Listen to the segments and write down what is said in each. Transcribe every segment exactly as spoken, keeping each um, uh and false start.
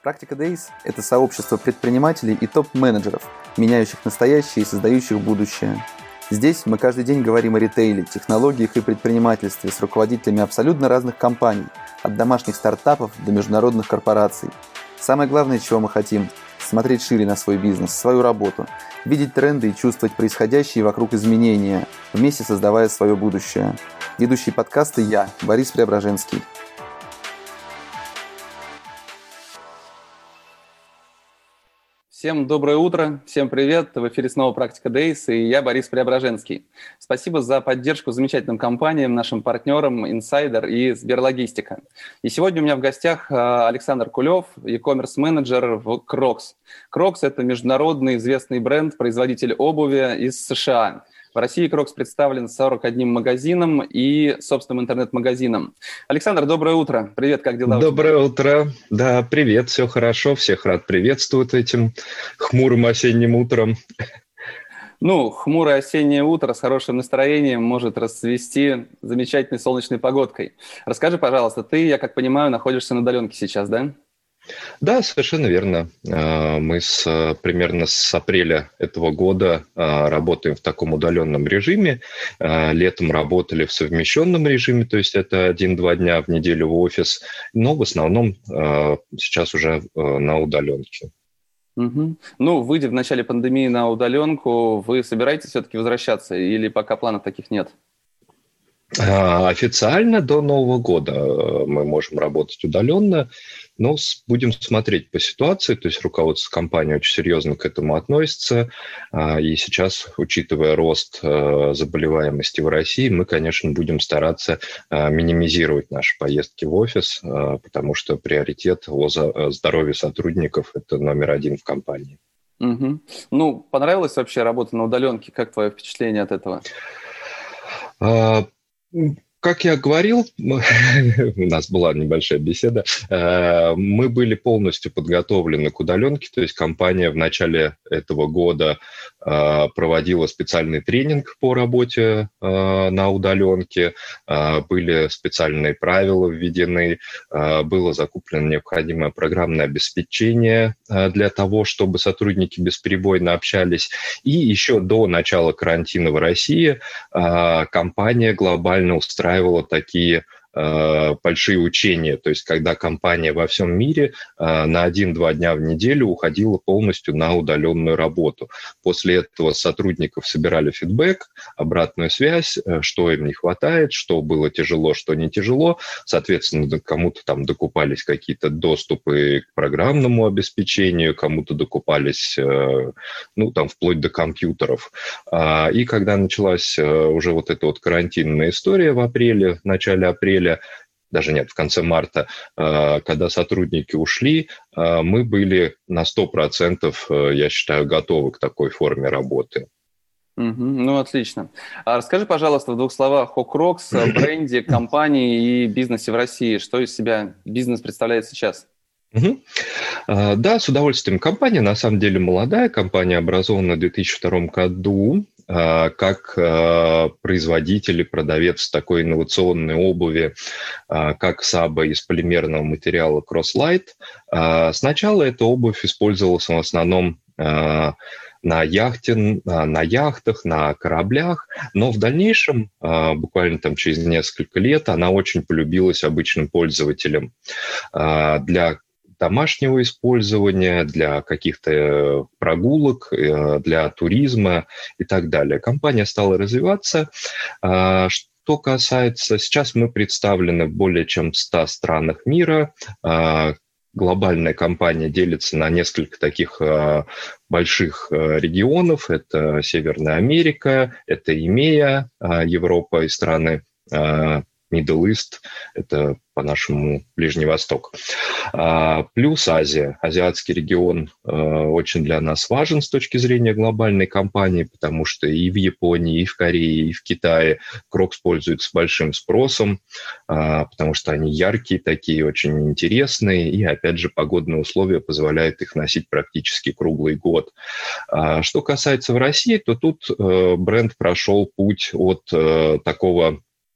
Практика Days– это сообщество предпринимателей и топ-менеджеров, меняющих настоящее и создающих будущее. Здесь мы каждый день говорим о ритейле, технологиях и предпринимательстве с руководителями абсолютно разных компаний, от домашних стартапов до международных корпораций. Самое главное, чего мы хотим – смотреть шире на свой бизнес, свою работу, видеть тренды и чувствовать происходящие вокруг изменения, вместе создавая свое будущее. Ведущий подкаста я, Борис Преображенский. Всем доброе утро, всем привет, в эфире снова «Практика Days» и я, Борис Преображенский. Спасибо за поддержку замечательным компаниям, нашим партнерам Insider и Сберлогистика. И сегодня у меня в гостях Александр Кулев, e-commerce менеджер в Crocs. Crocs – это международный известный бренд, производитель обуви из США. В России Crocs представлен сорок одним магазином и собственным интернет-магазином. Александр, доброе утро. Привет, как дела? Доброе утро. Да, привет, все хорошо. Всех рад приветствовать этим хмурым осенним утром. Ну, хмурое осеннее утро с хорошим настроением может расцвести замечательной солнечной погодкой. Расскажи, пожалуйста, ты, я как понимаю, находишься на удаленке сейчас, да? Да, совершенно верно. Мы с, примерно с апреля этого года работаем в таком удаленном режиме. Летом работали в совмещенном режиме, то есть это один-два дня в неделю в офис, но в основном сейчас уже на удаленке. Угу. Ну, выйдя в начале пандемии на удаленку, вы собираетесь все-таки возвращаться или пока планов таких нет? Официально до Нового года мы можем работать удаленно, но будем смотреть по ситуации, то есть руководство компании очень серьезно к этому относится, и сейчас, учитывая рост заболеваемости в России, мы, конечно, будем стараться минимизировать наши поездки в офис, потому что приоритет о здоровье сотрудников – это номер один в компании. Угу. Ну, понравилась вообще работа на удаленке? Как твое впечатление от этого? Как я говорил, мы, у нас была небольшая беседа, мы были полностью подготовлены к удаленке, то есть компания в начале этого года проводила специальный тренинг по работе на удаленке, были специальные правила введены, было закуплено необходимое программное обеспечение для того, чтобы сотрудники бесперебойно общались. И еще до начала карантина в России компания глобально устраивала такие большие учения, то есть когда компания во всем мире на один-два дня в неделю уходила полностью на удаленную работу. После этого сотрудников собирали фидбэк, обратную связь, что им не хватает, что было тяжело, что не тяжело. Соответственно, кому-то там докупались какие-то доступы к программному обеспечению, кому-то докупались, ну, там, вплоть до компьютеров. И когда началась уже вот эта вот карантинная история в апреле, в начале апреля, даже нет, в конце марта, когда сотрудники ушли, мы были на сто процентов, я считаю, готовы к такой форме работы. Угу, ну, отлично. А расскажи, пожалуйста, в двух словах о Crocs, о бренде, компании и бизнесе в России. Что из себя бизнес представляет сейчас? Угу. Да, с удовольствием. Компания, на самом деле, молодая. Компания образована в две тысячи втором году. Как производитель и продавец такой инновационной обуви, как Саба из полимерного материала Croslite. Сначала эта обувь использовалась в основном на яхте, на яхтах, на кораблях, но в дальнейшем, буквально там через несколько лет, она очень полюбилась обычным пользователям. Для домашнего использования, для каких-то прогулок, для туризма и так далее. Компания стала развиваться. Что касается... Сейчас мы представлены в более чем ста странах мира. Глобальная компания делится на несколько таких больших регионов. Это Северная Америка, это ИМЕА, Европа и страны Middle East, это по-нашему Ближний Восток. Плюс Азия. Азиатский регион очень для нас важен с точки зрения глобальной компании, потому что и в Японии, и в Корее, и в Китае Crocs пользуются большим спросом, потому что они яркие такие, очень интересные, и, опять же, погодные условия позволяют их носить практически круглый год. Что касается в России, то тут бренд прошел путь от такого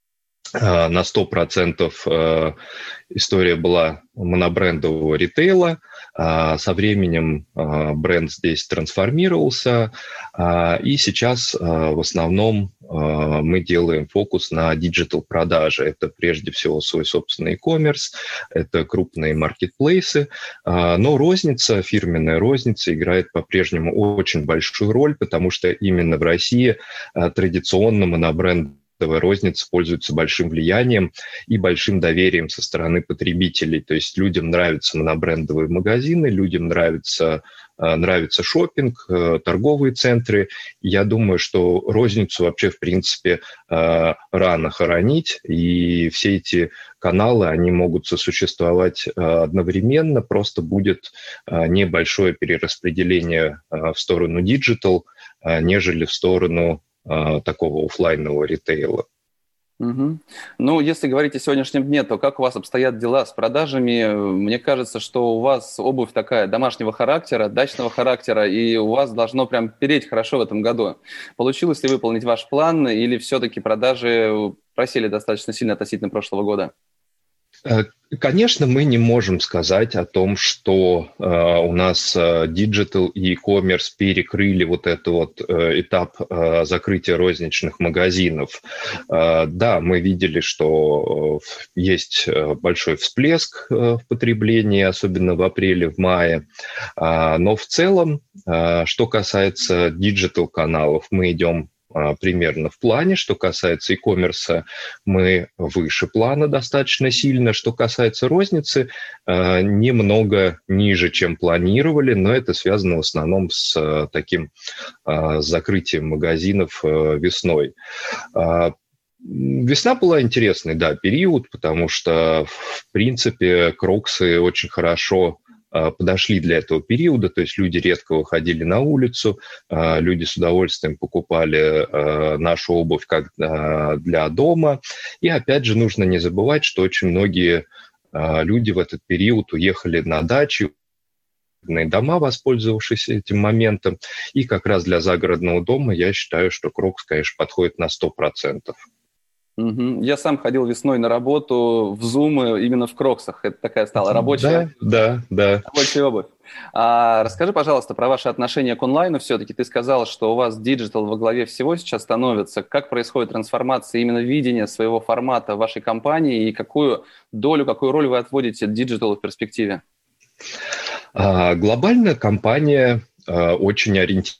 на сто процентов история была монобрендового ритейла. Со временем бренд здесь трансформировался, и сейчас в основном мы делаем фокус на диджитал-продажи. Это прежде всего свой собственный e-commerce, это крупные маркетплейсы, но розница, фирменная розница играет по-прежнему очень большую роль, потому что именно в России традиционно монобренд розница пользуется большим влиянием и большим доверием со стороны потребителей. То есть людям нравятся монобрендовые магазины, людям нравится, нравится шопинг, торговые центры. Я думаю, что розницу вообще, в принципе, рано хоронить, и все эти каналы, они могут сосуществовать одновременно, просто будет небольшое перераспределение в сторону диджитал, нежели в сторону такого офлайнового ритейла. Угу. Ну, если говорить о сегодняшнем дне, то как у вас обстоят дела с продажами? Мне кажется, что у вас обувь такая домашнего характера, дачного характера, и у вас должно прям переть хорошо в этом году. Получилось ли выполнить ваш план, или все-таки продажи просели достаточно сильно относительно прошлого года? Конечно, мы не можем сказать о том, что э, у нас диджитал э, и e-commerce перекрыли вот этот вот э, этап э, закрытия розничных магазинов. Э, да, мы видели, что э, есть большой всплеск э, в потреблении, особенно в апреле, в мае. Э, но в целом, э, что касается диджитал-каналов, мы идем примерно в плане. Что касается e-commerce, мы выше плана достаточно сильно. Что касается розницы, немного ниже, чем планировали, но это связано в основном с таким с закрытием магазинов весной. Весна была интересный, да, период, потому что, в принципе, кроксы очень хорошо подошли для этого периода, то есть люди редко выходили на улицу, люди с удовольствием покупали нашу обувь как для дома. И опять же нужно не забывать, что очень многие люди в этот период уехали на дачи, дома, воспользовавшись этим моментом. И как раз для загородного дома я считаю, что крокс, конечно, подходит на сто процентов. Угу. Я сам ходил весной на работу в Zoom именно в кроксах. Это такая стала рабочая, да, да, да. рабочая обувь. А, расскажи, пожалуйста, про ваше отношение к онлайну все-таки. Ты сказал, что у вас диджитал во главе всего сейчас становится. Как происходит трансформация именно видения своего формата в вашей компании и какую долю, какую роль вы отводите диджиталу в перспективе? А, глобальная компания а, очень ориентирована.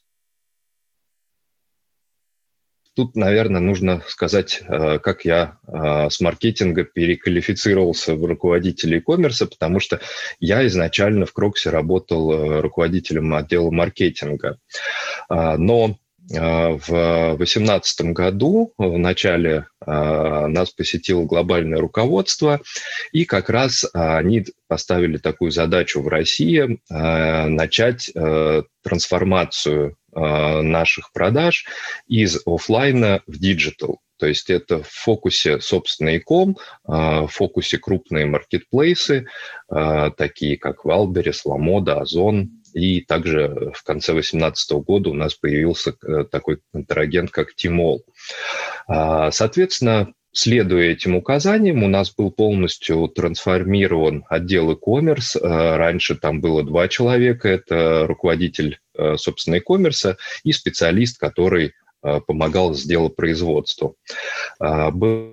Тут, наверное, нужно сказать, как я с маркетинга переквалифицировался в руководителя e-commerce, потому что я изначально в Кроксе работал руководителем отдела маркетинга. Но в две тысячи восемнадцатом году, в начале, нас посетило глобальное руководство, и как раз они поставили такую задачу в России начать трансформацию наших продаж из офлайна в диджитал. То есть это в фокусе собственный e-com, в фокусе крупные маркетплейсы, такие как Wildberries, Lamoda, Озон. И также в конце две тысячи восемнадцатого года у нас появился такой контрагент, как Тимол. Соответственно, следуя этим указаниям, у нас был полностью трансформирован отдел e-commerce. Раньше там было два человека. Это руководитель, собственно, e-commerce и специалист, который помогал с делопроизводству. Был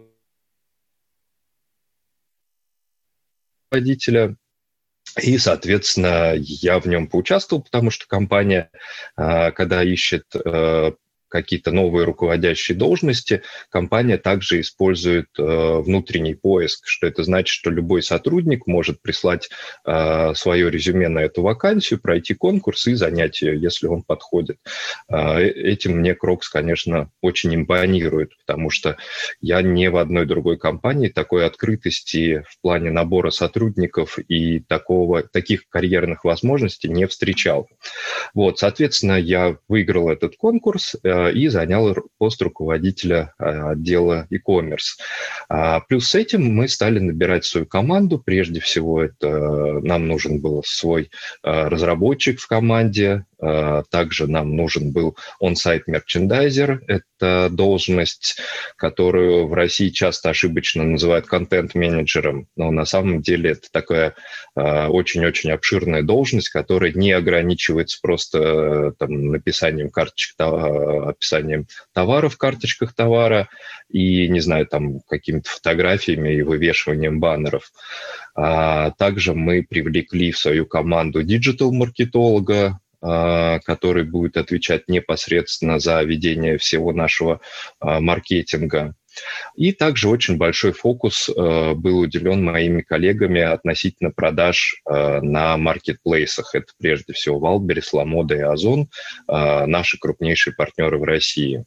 руководителя. И, соответственно, я в нем поучаствовал, потому что компания, когда ищет какие-то новые руководящие должности, компания также использует э, внутренний поиск, что это значит, что любой сотрудник может прислать э, свое резюме на эту вакансию, пройти конкурс и занять ее, если он подходит. Э, этим мне Крокс, конечно, очень импонирует, потому что я ни в одной другой компании такой открытости в плане набора сотрудников и такого, таких карьерных возможностей не встречал. Вот, соответственно, я выиграл этот конкурс и занял пост руководителя отдела e-commerce. Плюс с этим мы стали набирать свою команду. Прежде всего, это нам нужен был свой разработчик в команде, Также нам нужен был on-site мерчендайзер. Это должность, которую в России часто ошибочно называют контент-менеджером, но на самом деле это такая очень-очень обширная должность, которая не ограничивается просто там, написанием карточек, описанием товара в карточках товара и, не знаю, там какими-то фотографиями и вывешиванием баннеров. А также мы привлекли в свою команду диджитал-маркетолога, который будет отвечать непосредственно за ведение всего нашего маркетинга. И также очень большой фокус был уделен моими коллегами относительно продаж на маркетплейсах. Это прежде всего Wildberries, Lamoda и Озон, наши крупнейшие партнеры в России.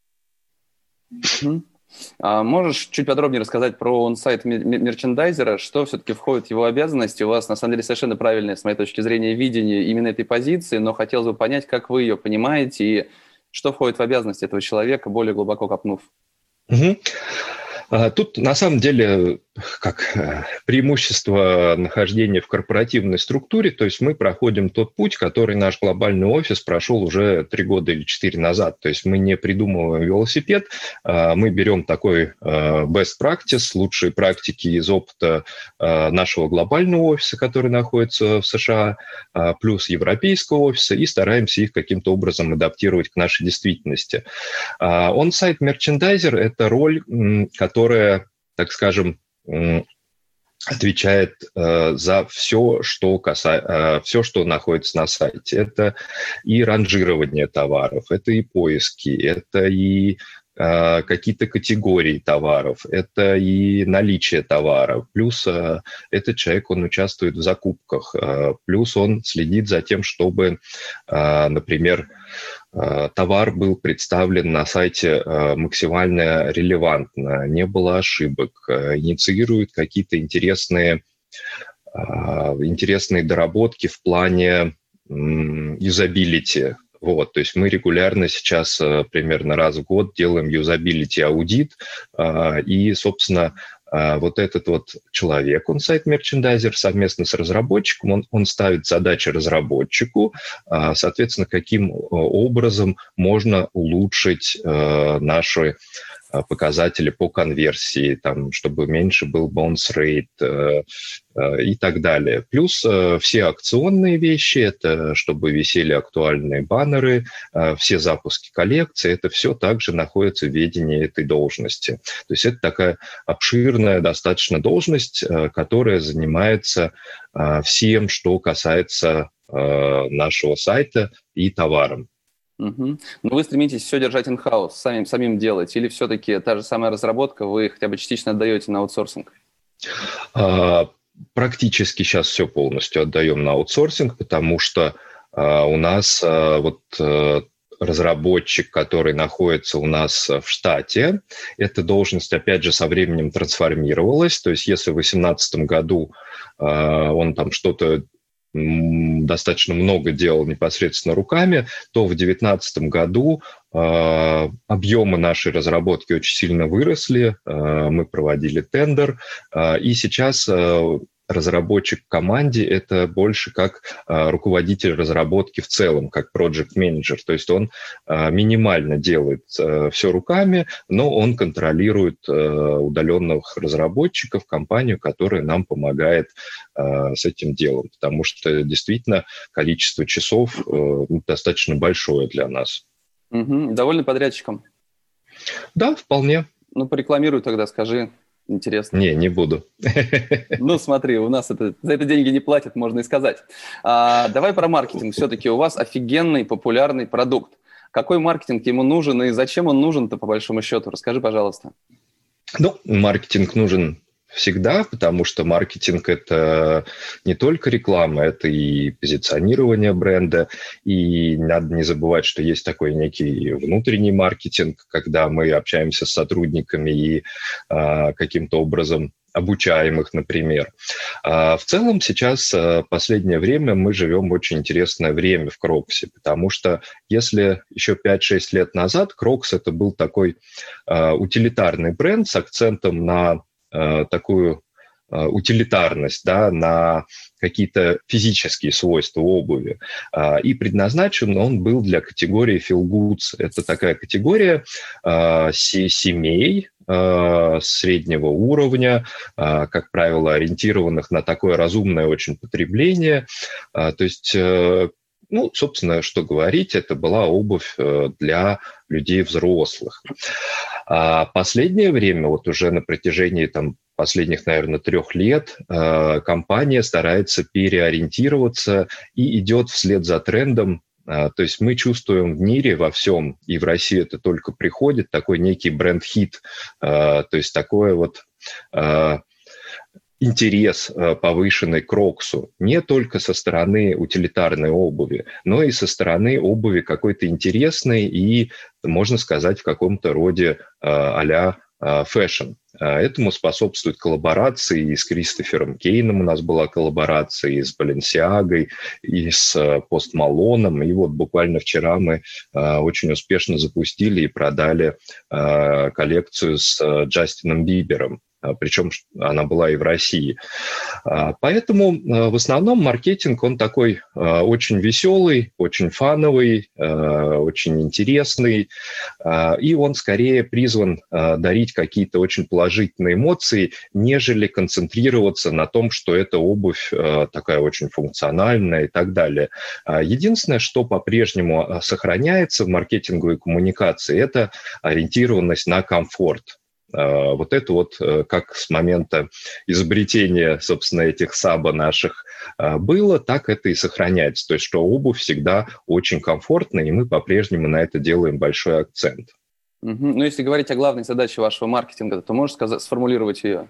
Mm-hmm. А можешь чуть подробнее рассказать про он-сайт мерчендайзера, что все-таки входит в его обязанности? У вас, на самом деле, совершенно правильное, с моей точки зрения, видение именно этой позиции, но хотелось бы понять, как вы ее понимаете и что входит в обязанности этого человека, более глубоко копнув. Угу. Тут, на самом деле, как преимущество нахождения в корпоративной структуре, то есть мы проходим тот путь, который наш глобальный офис прошел уже три года или четыре назад. То есть мы не придумываем велосипед, мы берем такой best practice, лучшие практики из опыта нашего глобального офиса, который находится в США, плюс европейского офиса, и стараемся их каким-то образом адаптировать к нашей действительности. On-site мерчендайзер – это роль, которая, так скажем, отвечает э, за все, что каса... э, все, что находится на сайте. Это и ранжирование товаров, это и поиски, это и э, какие-то категории товаров, это и наличие товара. Плюс э, этот человек, он участвует в закупках. Э, плюс он следит за тем, чтобы, э, например, товар был представлен на сайте максимально релевантно, не было ошибок, инициирует какие-то интересные, интересные доработки в плане юзабилити. Вот, то есть мы регулярно сейчас примерно раз в год делаем юзабилити-аудит, и, собственно, вот этот вот человек, он сайт-мерчендайзер совместно с разработчиком, он, он ставит задачи разработчику, соответственно, каким образом можно улучшить наши показатели по конверсии, там, чтобы меньше был bounce rate э, э, и так далее. Плюс э, все акционные вещи, это чтобы висели актуальные баннеры, э, все запуски коллекции, это все также находится в ведении этой должности. То есть это такая обширная достаточно должность, э, которая занимается э, всем, что касается э, нашего сайта и товаром. Угу. Но вы стремитесь все держать in-house, самим, самим делать, или все-таки та же самая разработка, вы хотя бы частично отдаете на аутсорсинг? А, практически сейчас все полностью отдаем на аутсорсинг, потому что а, у нас а, вот а, разработчик, который находится у нас в штате, эта должность, опять же, со временем трансформировалась. То есть если в две тысячи восемнадцатом году а, он там что-то достаточно много делал непосредственно руками, то в две тысячи девятнадцатом году э, объемы нашей разработки очень сильно выросли, э, мы проводили тендер, э, и сейчас э, разработчик в команде – это больше как э, руководитель разработки в целом, как project manager, то есть он э, минимально делает э, все руками, но он контролирует э, удаленных разработчиков, компанию, которая нам помогает э, с этим делом, потому что действительно количество часов э, достаточно большое для нас. Угу. Довольны подрядчиком? Да, вполне. Ну, порекламируй тогда, скажи. Интересно. Не, не буду. Ну, смотри, у нас это, за это деньги не платят, можно и сказать. А, давай про маркетинг. Все-таки у вас офигенный, популярный продукт. Какой маркетинг ему нужен и зачем он нужен-то, по большому счету? Расскажи, пожалуйста. Ну, маркетинг нужен всегда, потому что маркетинг – это не только реклама, это и позиционирование бренда, и надо не забывать, что есть такой некий внутренний маркетинг, когда мы общаемся с сотрудниками и а, каким-то образом обучаем их, например. А, в целом сейчас, в последнее время, мы живем в очень интересное время в Кроксе, потому что если еще пять-шесть лет назад Крокс – это был такой а, утилитарный бренд с акцентом на такую утилитарность, да, на какие-то физические свойства обуви. И предназначен он был для категории feel goods. Это такая категория семей среднего уровня, как правило, ориентированных на такое разумное очень потребление. То есть, ну, собственно, что говорить, это была обувь для людей взрослых. А последнее время, вот уже на протяжении там, последних, наверное, трех лет, компания старается переориентироваться и идет вслед за трендом. То есть мы чувствуем в мире во всем, и в России это только приходит, такой некий бренд-хит, то есть такой вот интерес повышенный к Кроксу не только со стороны утилитарной обуви, но и со стороны обуви какой-то интересной и, можно сказать, в каком-то роде а-ля фэшн. Этому способствуют коллаборации. И с Кристофером Кейном у нас была коллаборация, и с Баленсиагой, и с Пост Малоном. И вот буквально вчера мы очень успешно запустили и продали коллекцию с Джастином Бибером. Причем она была и в России. Поэтому в основном маркетинг, он такой очень веселый, очень фановый, очень интересный, и он скорее призван дарить какие-то очень положительные эмоции, нежели концентрироваться на том, что эта обувь такая очень функциональная и так далее. Единственное, что по-прежнему сохраняется в маркетинговой коммуникации, это ориентированность на комфорт. Вот это вот как с момента изобретения, собственно, этих саба наших было, так это и сохраняется. То есть, что обувь всегда очень комфортная, и мы по-прежнему на это делаем большой акцент. Угу. Ну, если говорить о главной задаче вашего маркетинга, то можешь сказать, сформулировать ее?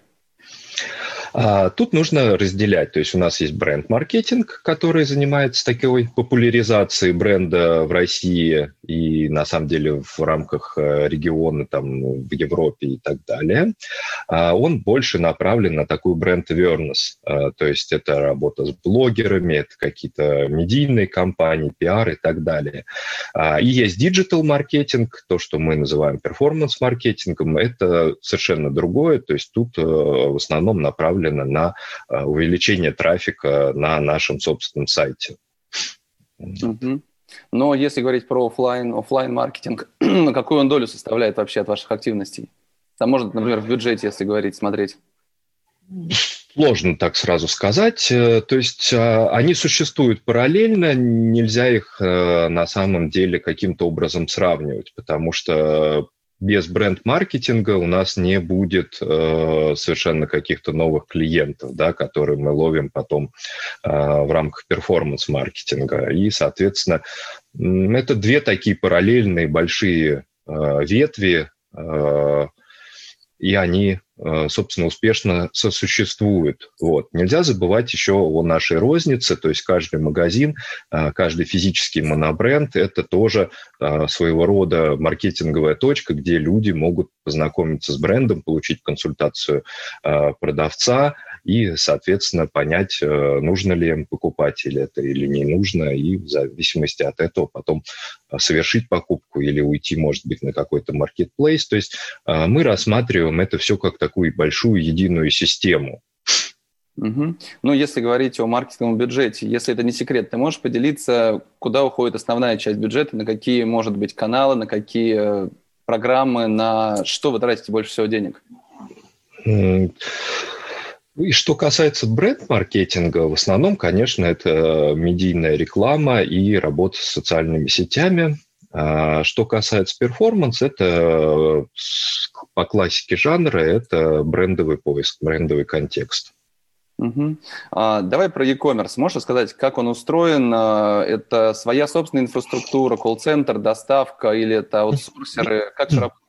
Тут нужно разделять. То есть у нас есть бренд-маркетинг, который занимается такой популяризацией бренда в России и, на самом деле, в рамках региона, там, в Европе и так далее. Он больше направлен на такую бренд-awareness. То есть это работа с блогерами, это какие-то медийные кампании, пиар и так далее. И есть диджитал-маркетинг, то, что мы называем перформанс-маркетингом, это совершенно другое. То есть тут в основном направлено на увеличение трафика на нашем собственном сайте. Угу. Но если говорить про офлайн, офлайн-маркетинг, какую он долю составляет вообще от ваших активностей? Там может, например, в бюджете, если говорить, смотреть. Сложно так сразу сказать. То есть они существуют параллельно, нельзя их на самом деле каким-то образом сравнивать, потому что без бренд-маркетинга у нас не будет э, совершенно каких-то новых клиентов, да, которые мы ловим потом э, в рамках перформанс-маркетинга. И, соответственно, это две такие параллельные большие э, ветви, э, и они, э, собственно, успешно сосуществуют. Вот. Нельзя забывать еще о нашей рознице, то есть каждый магазин, э, каждый физический монобренд – это тоже э, своего рода маркетинговая точка, где люди могут познакомиться с брендом, получить консультацию э, продавца и, соответственно, понять, э, нужно ли им покупать или это или не нужно, и в зависимости от этого потом совершить покупку или уйти, может быть, на какой-то маркетплейс. То есть э, мы рассматриваем это все как такую большую единую систему. Угу. Ну, если говорить о маркетинговом бюджете, если это не секрет, ты можешь поделиться, куда уходит основная часть бюджета, на какие, может быть, каналы, на какие программы, на что вы тратите больше всего денег? И что касается бренд-маркетинга, в основном, конечно, это медийная реклама и работа с социальными сетями. Что касается перформанс, это по классике жанра, это брендовый поиск, брендовый контекст. Угу. А, давай про e-commerce. Можешь сказать, как он устроен? Это своя собственная инфраструктура, колл-центр, доставка или это аутсорсеры? Как это работает?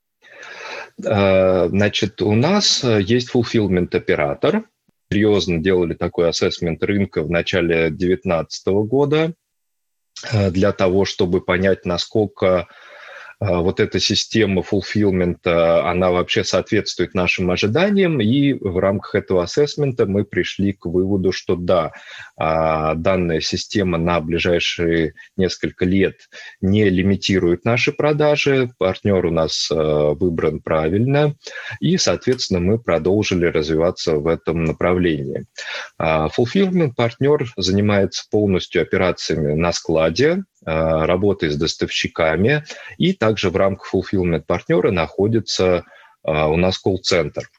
Значит, у нас есть fulfillment-оператор. Серьезно делали такой ассессмент рынка в начале две тысячи девятнадцатого года для того, чтобы понять, насколько вот эта система fulfillment, она вообще соответствует нашим ожиданиям, и в рамках этого ассессмента мы пришли к выводу, что да, данная система на ближайшие несколько лет не лимитирует наши продажи, партнер у нас выбран правильно, и, соответственно, мы продолжили развиваться в этом направлении. Fulfillment партнер занимается полностью операциями на складе, работой с доставщиками, и также в рамках fulfillment партнера находится у нас колл-центр.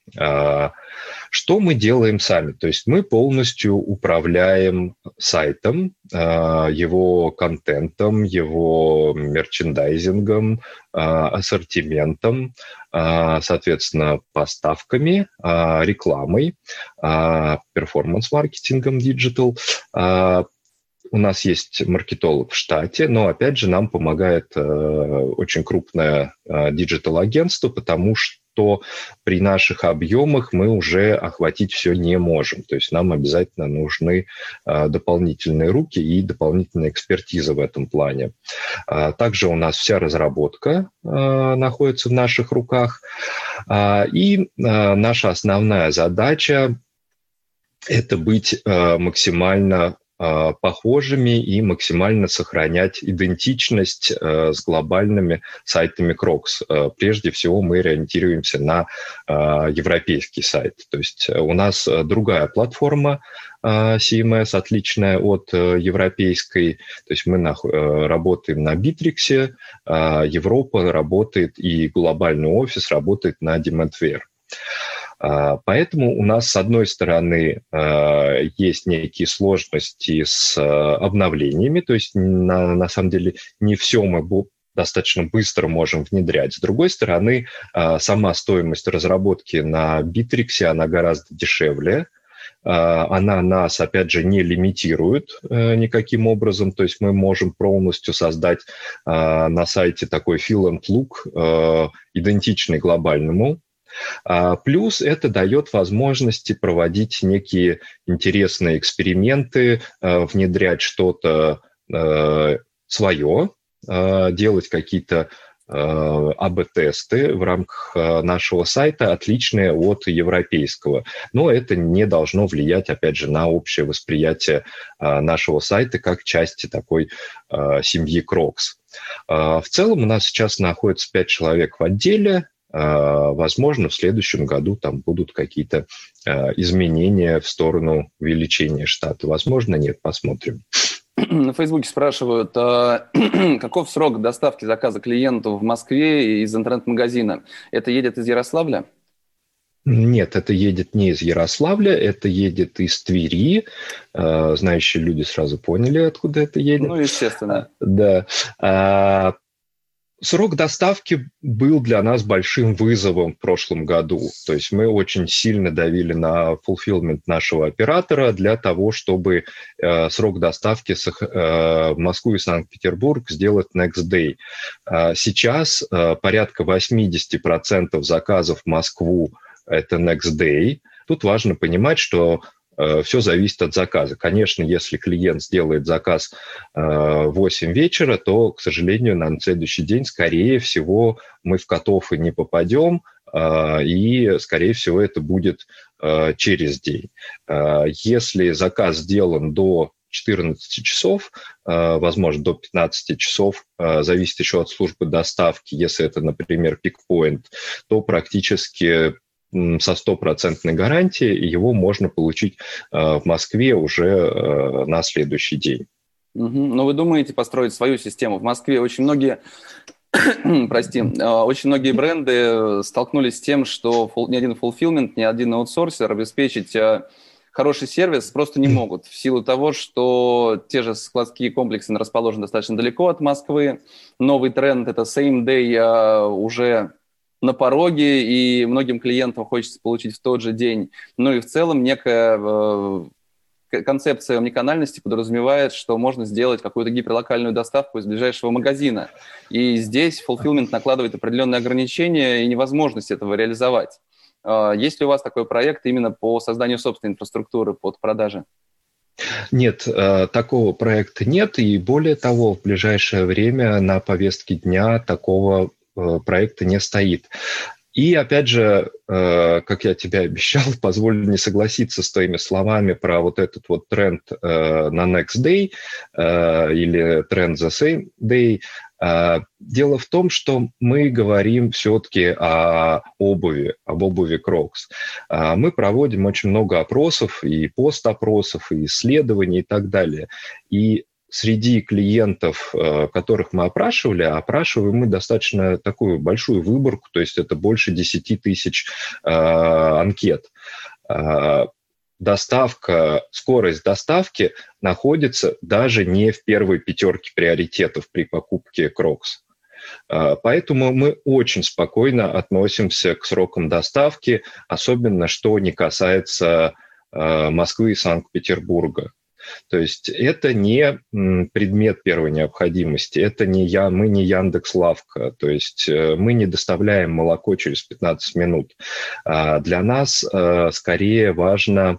Что мы делаем сами? То есть мы полностью управляем сайтом, его контентом, его мерчендайзингом, ассортиментом, соответственно, поставками, рекламой, перформанс-маркетингом, диджитал. У нас есть маркетолог в штате, но, опять же, нам помогает э, очень крупное э, диджитал-агентство, потому что при наших объемах мы уже охватить все не можем. То есть нам обязательно нужны э, дополнительные руки и дополнительная экспертиза в этом плане. А также у нас вся разработка э, находится в наших руках. А, и э, наша основная задача – это быть э, максимально похожими и максимально сохранять идентичность э, с глобальными сайтами Crocs. Э, прежде всего мы ориентируемся на э, европейский сайт. То есть у нас другая платформа э, си эм эс, отличная от э, европейской. То есть мы на, э, работаем на Bittrex, э, Европа работает и глобальный офис работает на Demandware. Поэтому у нас, с одной стороны, есть некие сложности с обновлениями, то есть на, на самом деле не все мы достаточно быстро можем внедрять. С другой стороны, сама стоимость разработки на Bittrex, она гораздо дешевле. Она нас, опять же, не лимитирует никаким образом, то есть мы можем полностью создать на сайте такой feel and look, идентичный глобальному. Плюс это дает возможности проводить некие интересные эксперименты, внедрять что-то свое, делать какие-то эй би-тесты в рамках нашего сайта, отличные от европейского. Но это не должно влиять, опять же, на общее восприятие нашего сайта как части такой семьи Crocs. В целом у нас сейчас находится пять человек в отделе. Возможно, в следующем году там будут какие-то изменения в сторону увеличения штата. Возможно, нет, посмотрим. На Фейсбуке спрашивают, а каков срок доставки заказа клиенту в Москве из интернет-магазина? Это едет из Ярославля? Нет, это едет не из Ярославля, это едет из Твери. Знающие люди сразу поняли, откуда это едет. Ну, естественно. Да. Срок доставки был для нас большим вызовом в прошлом году. То есть мы очень сильно давили на fulfillment нашего оператора для того, чтобы э, срок доставки с, э, в Москву и Санкт-Петербург сделать next day. Э, сейчас э, порядка восемьдесят процентов заказов в Москву – это next day. Тут важно понимать, что все зависит от заказа. Конечно, если клиент сделает заказ в восемь вечера, то, к сожалению, на следующий день, скорее всего, мы в кат-оффы не попадем, и, скорее всего, это будет через день. Если заказ сделан до четырнадцати часов, возможно, до пятнадцати часов, зависит еще от службы доставки. Если это, например, пикпоинт, то практически со стопроцентной гарантией его можно получить э, в Москве уже э, на следующий день. Угу. Но вы думаете построить свою систему? В Москве очень многие, прости, э, очень многие бренды столкнулись с тем, что фул, ни один fulfillment, ни один аутсорсер обеспечить э, хороший сервис просто не могут, в силу того, что те же складские комплексы расположены достаточно далеко от Москвы. Новый тренд – это same day э, уже на пороге, и многим клиентам хочется получить в тот же день. Ну и в целом некая э, концепция омниканальности подразумевает, что можно сделать какую-то гиперлокальную доставку из ближайшего магазина. И здесь fulfillment накладывает определенные ограничения и невозможность этого реализовать. Э, есть ли у вас такой проект именно по созданию собственной инфраструктуры под продажи? Нет, такого проекта нет, и более того, в ближайшее время на повестке дня такого проекта не стоит. И, опять же, как я тебе обещал, позволю не согласиться с твоими словами про вот этот вот тренд на next day или тренд the same day. Дело в том, что мы говорим все-таки о обуви, об обуви Crocs. Мы проводим очень много опросов, и постопросов, и исследований, и так далее. И среди клиентов, которых мы опрашивали, опрашиваем мы достаточно такую большую выборку, то есть это больше десять тысяч анкет. Доставка, скорость доставки находится даже не в первой пятерке приоритетов при покупке Crocs. Поэтому мы очень спокойно относимся к срокам доставки, особенно что не касается Москвы и Санкт-Петербурга. То есть это не предмет первой необходимости, это не я, мы не Яндекс.Лавка, то есть мы не доставляем молоко через пятнадцать минут. Для нас скорее важно,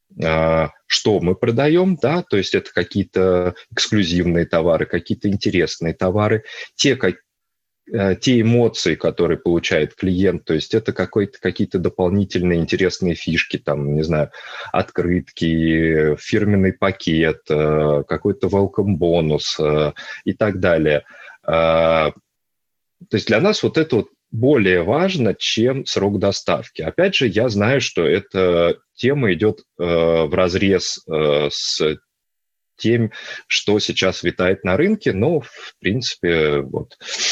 что мы продаем, да, то есть это какие-то эксклюзивные товары, какие-то интересные товары, те, как, те эмоции, которые получает клиент, то есть это какой-то, какие-то дополнительные интересные фишки, там, не знаю, открытки, фирменный пакет, какой-то welcome бонус и так далее. То есть для нас вот это вот более важно, чем срок доставки. Опять же, я знаю, что эта тема идет вразрез с тем, что сейчас витает на рынке, но, в принципе, вот,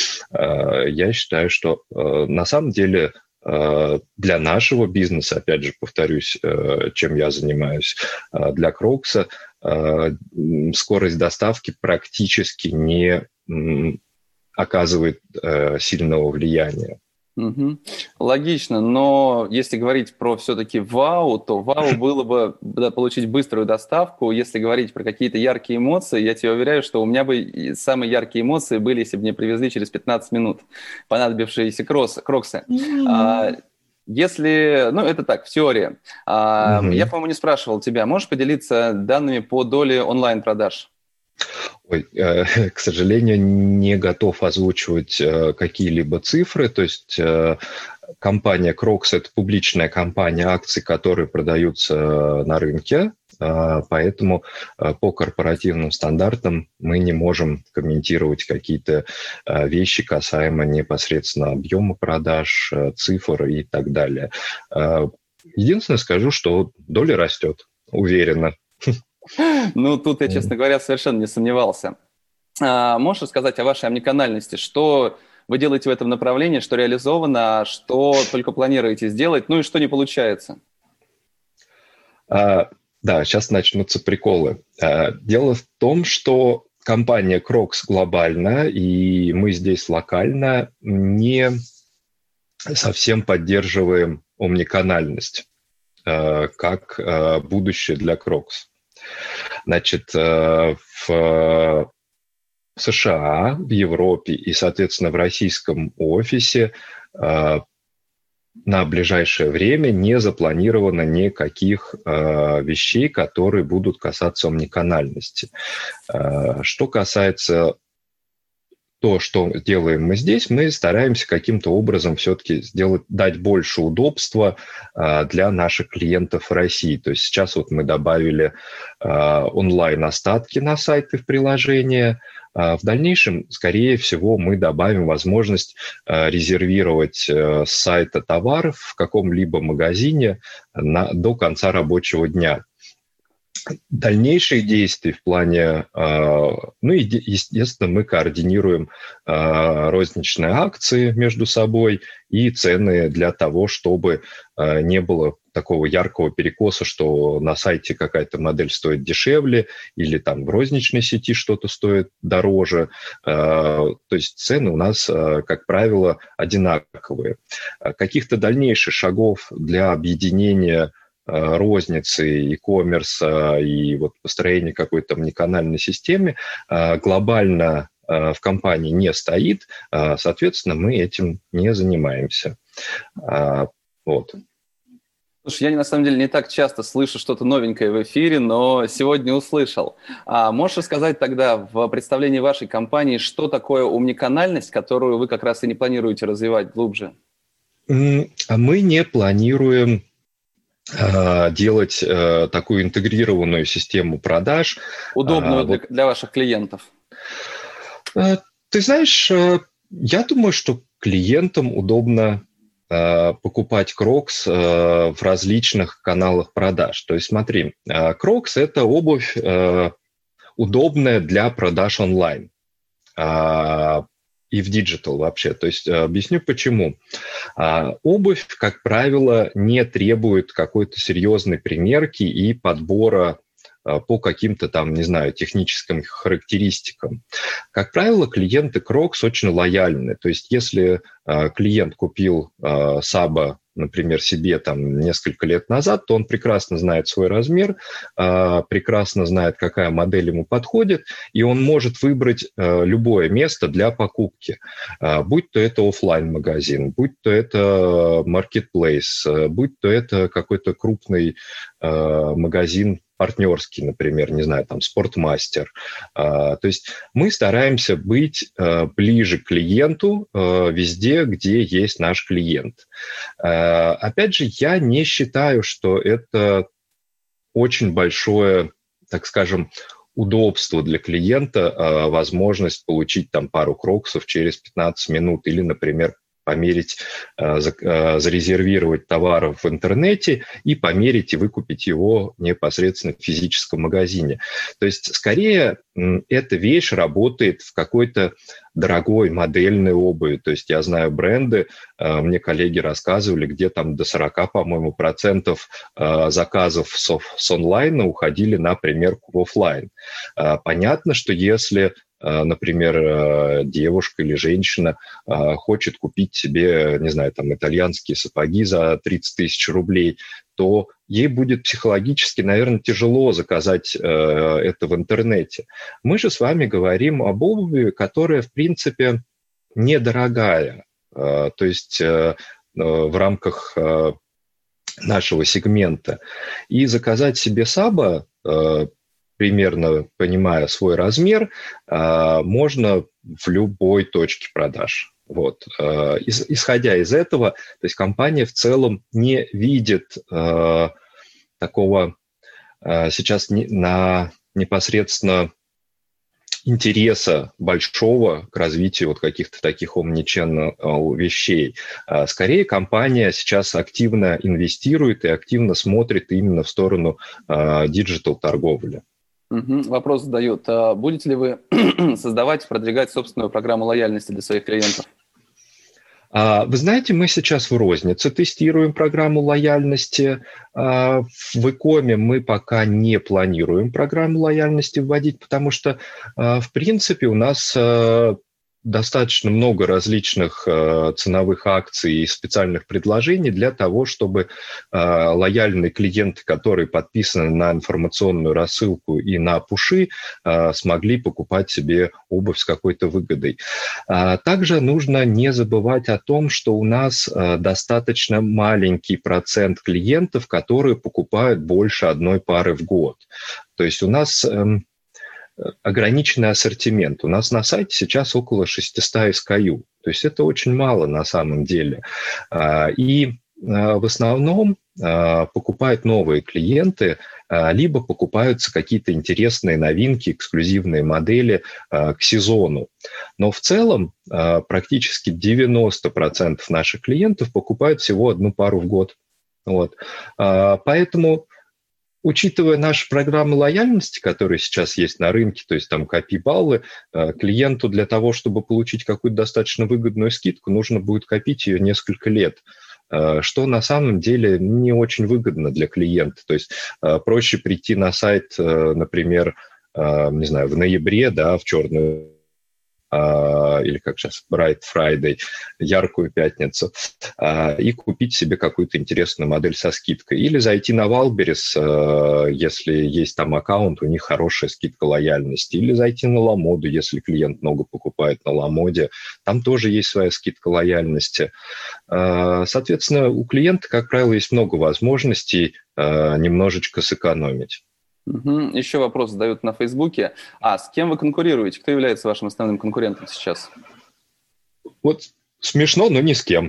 я считаю, что на самом деле для нашего бизнеса, опять же, повторюсь, чем я занимаюсь, для Крокса скорость доставки практически не оказывает сильного влияния. Угу. Логично, но если говорить про все-таки вау, то вау было бы да, получить быструю доставку. Если говорить про какие-то яркие эмоции, я тебе уверяю, что у меня бы самые яркие эмоции были, если бы мне привезли через пятнадцать минут понадобившиеся кросс, кроксы. Mm-hmm. А, если, ну это так, в теории. А, mm-hmm. Я, по-моему, не спрашивал тебя, можешь поделиться данными по доле онлайн-продаж? Ой, э, к сожалению, не готов озвучивать э, какие-либо цифры. То есть э, компания Crocs – это публичная компания акций, которые продаются на рынке. Э, поэтому э, по корпоративным стандартам мы не можем комментировать какие-то э, вещи касаемо непосредственно объема продаж, э, цифр и так далее. Э, единственное, скажу, что доля растет, уверенно. Ну, тут я, честно говоря, совершенно не сомневался. А, можешь рассказать о вашей омниканальности? Что вы делаете в этом направлении, что реализовано, что только планируете сделать, ну и что не получается? А, да, сейчас начнутся приколы. А, дело в том, что компания Crocs глобальна, и мы здесь локально не совсем поддерживаем омниканальность а, как а, будущее для Crocs. Значит, в США, в Европе и, соответственно, в российском офисе на ближайшее время не запланировано никаких вещей, которые будут касаться омниканальности. Что касается то, что делаем мы здесь, мы стараемся каким-то образом все-таки сделать, дать больше удобства а, для наших клиентов в России. То есть сейчас вот мы добавили а, онлайн-остатки на сайты в приложение. А в дальнейшем, скорее всего, мы добавим возможность а, резервировать а, с сайта товар в каком-либо магазине на, до конца рабочего дня. Дальнейшие действия в плане, ну, естественно, мы координируем розничные акции между собой и цены для того, чтобы не было такого яркого перекоса, что на сайте какая-то модель стоит дешевле или там в розничной сети что-то стоит дороже. То есть цены у нас, как правило, одинаковые. Каких-то дальнейших шагов для объединения розницы, e-commerce и вот построение какой-то омниканальной системы глобально в компании не стоит, соответственно, мы этим не занимаемся. Вот. Слушай, я на самом деле не так часто слышу что-то новенькое в эфире, но сегодня услышал. А можешь рассказать тогда в представлении вашей компании, что такое омниканальность, которую вы как раз и не планируете развивать глубже? Мы не планируем делать э, такую интегрированную систему продаж. Удобную а, для, вот. для ваших клиентов? Э, ты знаешь, э, я думаю, что клиентам удобно э, покупать Crocs э, в различных каналах продаж. То есть смотри, э, Crocs – это обувь э, удобная для продаж онлайн. Э, и в диджитал вообще. То есть объясню почему. А, обувь, как правило, не требует какой-то серьезной примерки и подбора а, по каким-то там, не знаю, техническим характеристикам. Как правило, клиенты Crocs очень лояльны. То есть если а, клиент купил а, Saba, например, себе там несколько лет назад, то он прекрасно знает свой размер, прекрасно знает, какая модель ему подходит, и он может выбрать любое место для покупки. Будь то это офлайн-магазин, будь то это маркетплейс, будь то это какой-то крупный магазин партнерский, например, не знаю, там, Спортмастер. То есть мы стараемся быть ближе к клиенту везде, где есть наш клиент. Опять же, я не считаю, что это очень большое, так скажем, удобство для клиента, возможность получить там пару кроксов через пятнадцать минут или, например, померить, зарезервировать товар в интернете и померить и выкупить его непосредственно в физическом магазине. То есть, скорее, эта вещь работает в какой-то дорогой модельной обуви. То есть я знаю бренды, мне коллеги рассказывали, где там до сорок, по-моему, процентов заказов с онлайна уходили на примерку в офлайн. Понятно, что если например, девушка или женщина хочет купить себе, не знаю, там, итальянские сапоги за тридцать тысяч рублей, то ей будет психологически, наверное, тяжело заказать это в интернете. Мы же с вами говорим об обуви, которая, в принципе, недорогая. То есть в рамках нашего сегмента. И заказать себе Saba, примерно понимая свой размер, можно в любой точке продаж. Вот. Исходя из этого, то есть компания в целом не видит такого сейчас на непосредственно интереса большого к развитию вот каких-то таких омниченных вещей. Скорее, компания сейчас активно инвестирует и активно смотрит именно в сторону диджитал-торговли. Угу. Вопрос задают. Будете ли вы создавать, продвигать собственную программу лояльности для своих клиентов? Вы знаете, мы сейчас в рознице тестируем программу лояльности. В Икоме мы пока не планируем программу лояльности вводить, потому что, в принципе, у нас достаточно много различных э, ценовых акций и специальных предложений для того, чтобы э, лояльные клиенты, которые подписаны на информационную рассылку и на пуши, э, смогли покупать себе обувь с какой-то выгодой. А также нужно не забывать о том, что у нас э, достаточно маленький процент клиентов, которые покупают больше одной пары в год. То есть у нас... Э, ограниченный ассортимент. У нас на сайте сейчас около шестьсот эс кей ю. То есть это очень мало на самом деле. И в основном покупают новые клиенты, либо покупаются какие-то интересные новинки, эксклюзивные модели к сезону. Но в целом практически девяносто процентов наших клиентов покупают всего одну пару в год. Вот. Поэтому... Учитывая наши программы лояльности, которые сейчас есть на рынке, то есть там копи-баллы, клиенту для того, чтобы получить какую-то достаточно выгодную скидку, нужно будет копить ее несколько лет, что на самом деле не очень выгодно для клиента. То есть проще прийти на сайт, например, не знаю, в ноябре, да, в черную или как сейчас, Bright Friday, яркую пятницу, и купить себе какую-то интересную модель со скидкой. Или зайти на Wildberries, если есть там аккаунт, у них хорошая скидка лояльности. Или зайти на Ламоду, если клиент много покупает на Ламоде, там тоже есть своя скидка лояльности. Соответственно, у клиента, как правило, есть много возможностей немножечко сэкономить. Угу. Еще вопрос задают на Фейсбуке. А с кем вы конкурируете? Кто является вашим основным конкурентом сейчас? Вот смешно, но ни с кем.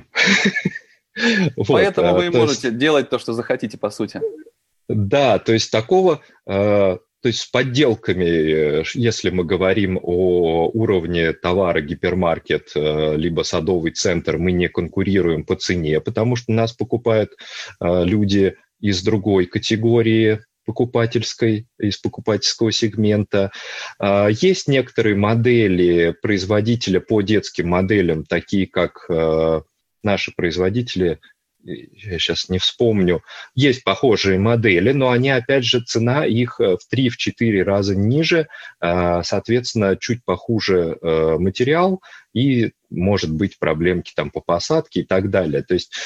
Поэтому вы можете делать то, что захотите, по сути. Да, то есть такого... То есть с подделками, если мы говорим о уровне товара гипермаркет, либо садовый центр, мы не конкурируем по цене, потому что нас покупают люди из другой категории покупательской, из покупательского сегмента. Есть некоторые модели производителя по детским моделям, такие как наши производители, я сейчас не вспомню, есть похожие модели, но они, опять же, цена их в три-четыре раза ниже, соответственно, чуть похуже материал и, может быть, проблемки там по посадке и так далее. То есть...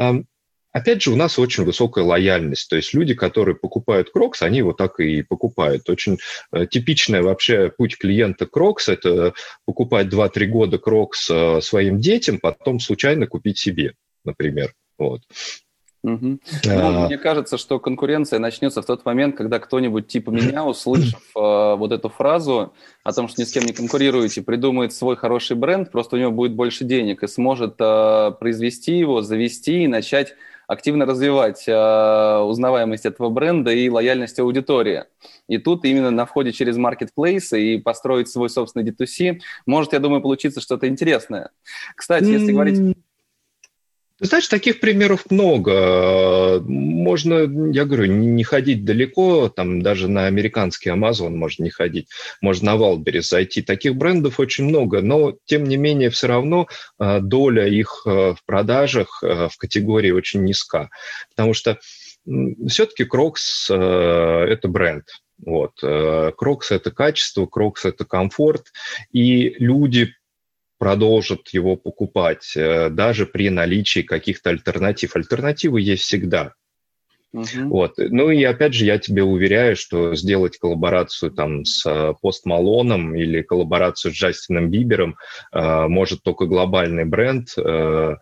Опять же, у нас очень высокая лояльность. То есть люди, которые покупают Крокс, они его так и покупают. Очень э, типичный вообще путь клиента Крокс – это покупать два-три года Крокс э, своим детям, потом случайно купить себе, например. Вот. Угу. Ну, мне кажется, что конкуренция начнется в тот момент, когда кто-нибудь типа меня, услышав э, вот эту фразу о том, что ни с кем не конкурируете, придумает свой хороший бренд, просто у него будет больше денег и сможет э, произвести его, завести и начать активно развивать э, узнаваемость этого бренда и лояльность аудитории. И тут именно на входе через маркетплейсы и построить свой собственный ди ту си может, я думаю, получиться что-то интересное. Кстати, если говорить... Знаешь, таких примеров много. Можно, я говорю, не ходить далеко, там даже на американский Amazon можно не ходить, можно на Wildberries зайти. Таких брендов очень много, но, тем не менее, все равно доля их в продажах в категории очень низка, потому что все-таки Crocs – это бренд. Вот. Crocs – это качество, Crocs – это комфорт, и люди продолжат его покупать, даже при наличии каких-то альтернатив. Альтернативы есть всегда. Uh-huh. Вот. Ну и опять же, я тебе уверяю, что сделать коллаборацию там с Post Malone или коллаборацию с Джастином Бибером э, может только глобальный бренд, э,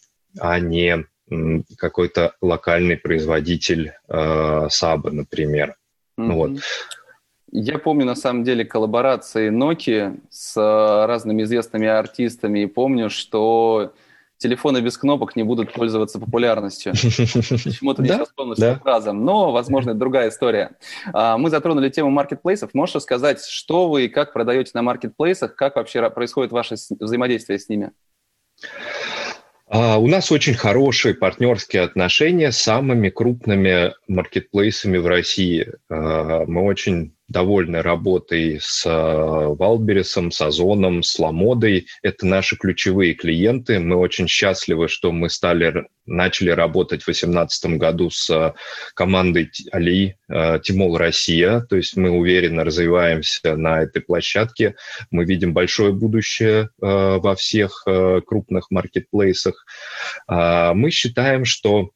а не м, какой-то локальный производитель э, Саба, например. Uh-huh. Вот. Я помню, на самом деле, коллаборации Nokia с разными известными артистами, и помню, что телефоны без кнопок не будут пользоваться популярностью. Почему-то мне сейчас полностью фразам, но, возможно, это другая история. Мы затронули тему маркетплейсов. Можешь сказать, что вы и как продаете на маркетплейсах, как вообще происходит ваше взаимодействие с ними? У нас очень хорошие партнерские отношения с самыми крупными маркетплейсами в России. Мы очень довольны работой с Wildberries, с Озоном, с Ламодой. Это наши ключевые клиенты. Мы очень счастливы, что мы стали, начали работать в две тысячи восемнадцатом году с командой Али, Тимол Россия. То есть мы уверенно развиваемся на этой площадке. Мы видим большое будущее во всех крупных маркетплейсах. Мы считаем, что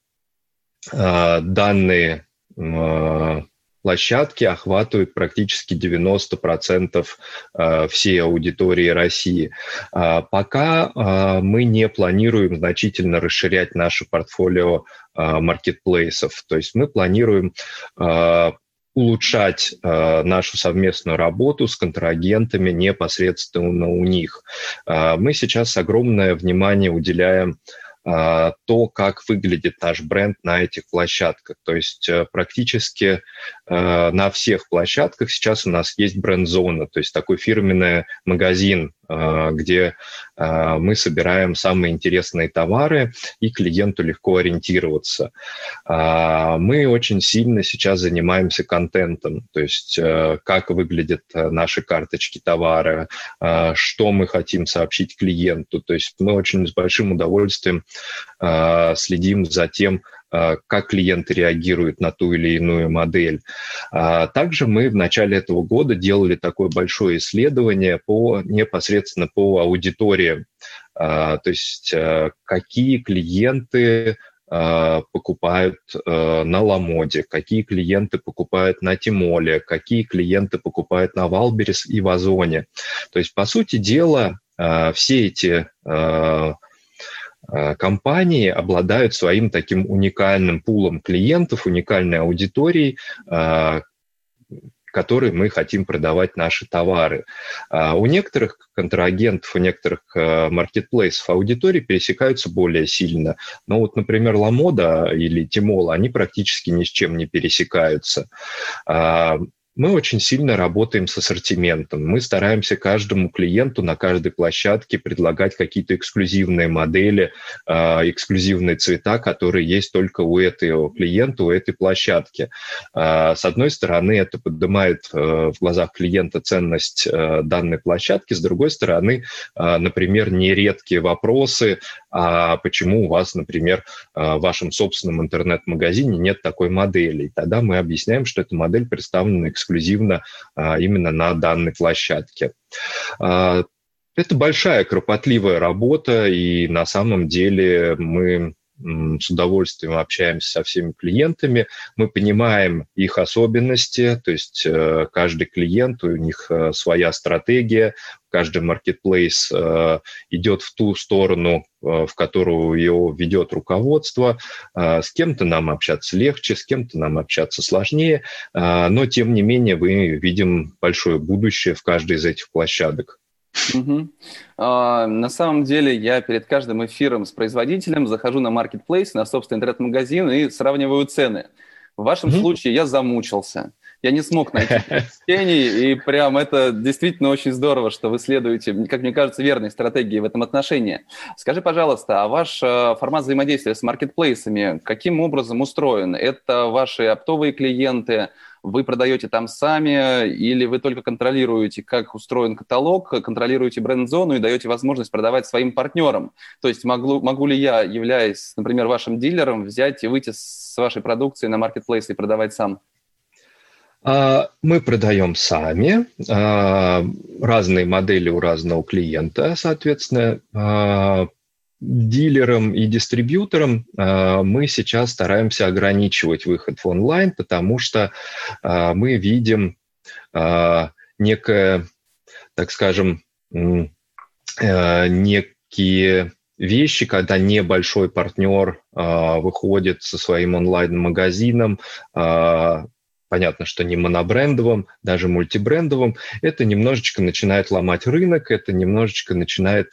данные площадки охватывают практически девяносто процентов всей аудитории России. Пока мы не планируем значительно расширять наше портфолио маркетплейсов. То есть мы планируем улучшать нашу совместную работу с контрагентами непосредственно у них. Мы сейчас огромное внимание уделяем то, как выглядит наш бренд на этих площадках. То есть практически на всех площадках сейчас у нас есть бренд-зона, то есть такой фирменный магазин, где мы собираем самые интересные товары, и клиенту легко ориентироваться. Мы очень сильно сейчас занимаемся контентом, то есть как выглядят наши карточки товара, что мы хотим сообщить клиенту. То есть мы очень с большим удовольствием следим за тем, как клиенты реагируют на ту или иную модель. Также мы в начале этого года делали такое большое исследование по, непосредственно по аудиториям. То есть какие клиенты покупают на Ламоде, какие клиенты покупают на Тимоле, какие клиенты покупают на Валберес и в Озоне. То есть, по сути дела, все эти компании обладают своим таким уникальным пулом клиентов, уникальной аудиторией, которой мы хотим продавать наши товары. У некоторых контрагентов, у некоторых маркетплейсов аудитории пересекаются более сильно. Но вот, например, Ламода или Тимол, они практически ни с чем не пересекаются. Мы очень сильно работаем с ассортиментом. Мы стараемся каждому клиенту на каждой площадке предлагать какие-то эксклюзивные модели, эксклюзивные цвета, которые есть только у этого клиента, у этой площадки. С одной стороны, это поднимает в глазах клиента ценность данной площадки. С другой стороны, например, нередкие вопросы, а почему у вас, например, в вашем собственном интернет-магазине нет такой модели. И тогда мы объясняем, что эта модель представлена эксклюзивно именно на данной площадке. Это большая, кропотливая работа, и на самом деле мы с удовольствием общаемся со всеми клиентами, мы понимаем их особенности, то есть каждый клиент, у них своя стратегия, каждый маркетплейс идет в ту сторону, в которую его ведет руководство. С кем-то нам общаться легче, с кем-то нам общаться сложнее, но тем не менее мы видим большое будущее в каждой из этих площадок. Угу. А, на самом деле я перед каждым эфиром с производителем захожу на Marketplace, на собственный интернет-магазин и сравниваю цены. В вашем угу. случае я замучился. Я не смог найти предпочтений, и прям это действительно очень здорово, что вы следуете, как мне кажется, верной стратегии в этом отношении. Скажи, пожалуйста, а ваш формат взаимодействия с маркетплейсами каким образом устроен? Это ваши оптовые клиенты, вы продаете там сами, или вы только контролируете, как устроен каталог, контролируете бренд-зону и даете возможность продавать своим партнерам? То есть могу, могу ли я, являясь, например, вашим дилером, взять и выйти с вашей продукцией на маркетплейс и продавать сам? Мы продаем сами, разные модели у разного клиента, соответственно. Дилерам и дистрибьюторам мы сейчас стараемся ограничивать выход в онлайн, потому что мы видим некое, так скажем, некие вещи, когда небольшой партнер выходит со своим онлайн-магазином, понятно, что не монобрендовым, даже мультибрендовым, это немножечко начинает ломать рынок, это немножечко начинает,